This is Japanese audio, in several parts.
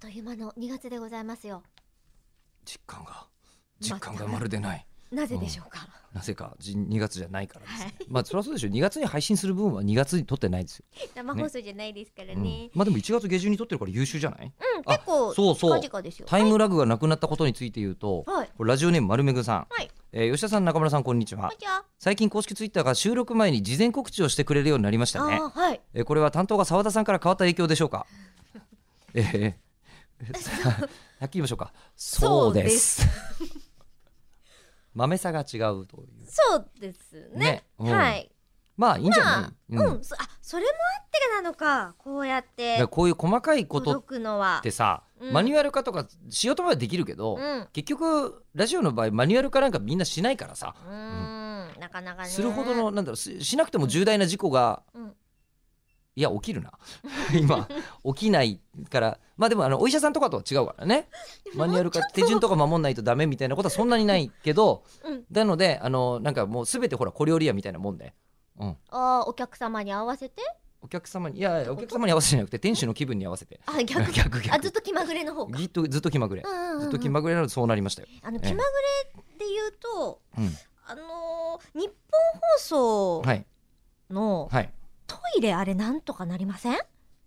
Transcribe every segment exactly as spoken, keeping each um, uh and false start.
という間のにがつでございますよ。 実感が実感がまるでない。 なぜでしょうか。 うん、なぜかにがつじゃないからですね、 はい、 まあそりゃそうでしょ。にがつに配信する分はにがつに撮ってないですよ。 生放送じゃないですからね、 ね、うん、まあでもいちがつ下旬に撮ってるから優秀じゃない。 うん、結構そうそう近々ですよ。 タイムラグがなくなったことについて言うと、はい、これラジオネーム丸めぐさん、はい、えー、吉田さん中村さんこんにちは。 こんにちは。 最近公式ツイッターが収録前に事前告知をしてくれるようになりましたね。 あ、はい、 えー、これは担当が澤田さんから変わった影響でしょうか。えー、はっきり言いましょうか。そうです豆さが違うという。 そうですね、ね、うん、はい、 まあいいんじゃない、 まあ、うん、うん、そ, あそれもあってなのか。こうやってこういう細かいことってさ、うん、マニュアル化とかしようと思えばできるけど、うん、結局ラジオの場合マニュアル化なんかみんなしないからさ、 うん、うん、なかなかねするほどのなんだろう し, しなくても重大な事故が、うん、いや起きるな今起きないから。まあでもあのお医者さんとかとは違うからね。マニュアル化手順とか守んないとダメみたいなことはそんなにないけど、うん、なのであのなんかもう全てほら小料理屋みたいなもんで、うん、 あお客様に合わせてお客様にいやいやお客様に合わせじゃなくて店主の気分に合わせて。 あ逆逆逆あずっと気まぐれの方か。 ずっとずっと気まぐれ、うんうんうん、ずっと気まぐれなのでそうなりましたよ。 あの気まぐれで言うと、ええ、あのー、日本放送の、はいはい、トイレあれなんとかなりません？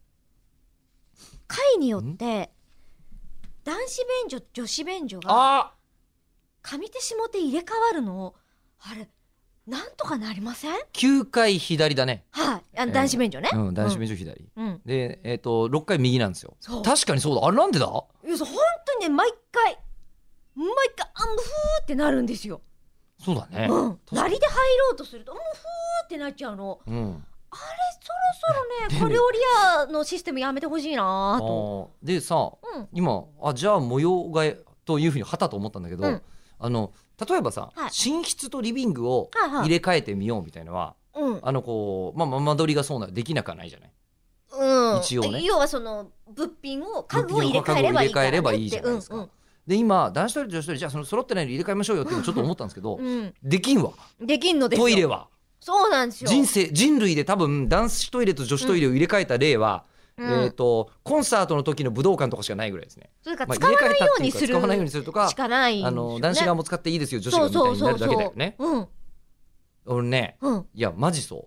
回によって男子便所女子便所が上手下手入れ替わるの。あれなんとかなりません？ きゅうかい左だね。 はい、あの男子便所ね、 えーうん、男子便所左、うん、で、えー、とろっかい右なんですよ。確かにそうだ。あれなんでだ？ いや本当にね毎回毎回あんふーってなるんですよ。 そうだね、 うん、なりで入ろうとするとあんふーってなっちゃうの、うん、あれそろそろね小料理屋のシステムやめてほしいなと。 でさ、うん、今あじゃあ模様替えというふうにはたと思ったんだけど、うん、あの例えばさ、はい、寝室とリビングを入れ替えてみようみたいなのは、はいはい、あのこう、まあ、間取りがそうなできなくはないじゃない、うん、一応ね。 要はその物品を家具を入れ替えればいいからねって。入れ替えればいいじゃないですか、うんうん。で今男子トイレと女子トイレじゃあその揃ってないの入れ替えましょうよっていうのちょっと思ったんですけど、うん、できんわ。 できんのですよトイレは。 そうなんですよ。 人生人類で多分男子トイレと女子トイレを入れ替えた例は、うんえー、とコンサートの時の武道館とかしかないぐらいですね。 それから使わないようにする、 使わないようにするとかしかないんですよね。 あの男子側も使っていいですよ女子側みたいになるだけだよね。 そうそうそうそう、うん、 俺ね、うん、いやマジそう。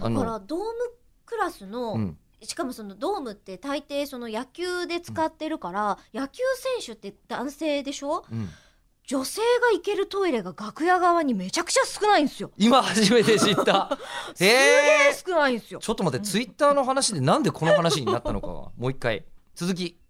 だからドームクラスの、うん、しかもそのドームって大抵その野球で使ってるから、うん、野球選手って男性でしょ、うん、女性が行けるトイレが楽屋側にめちゃくちゃ少ないんですよ。 今初めて知ったすげえ少ないんですよ。 ちょっと待って、ツイッターの話でなんでこの話になったのかもう一回続き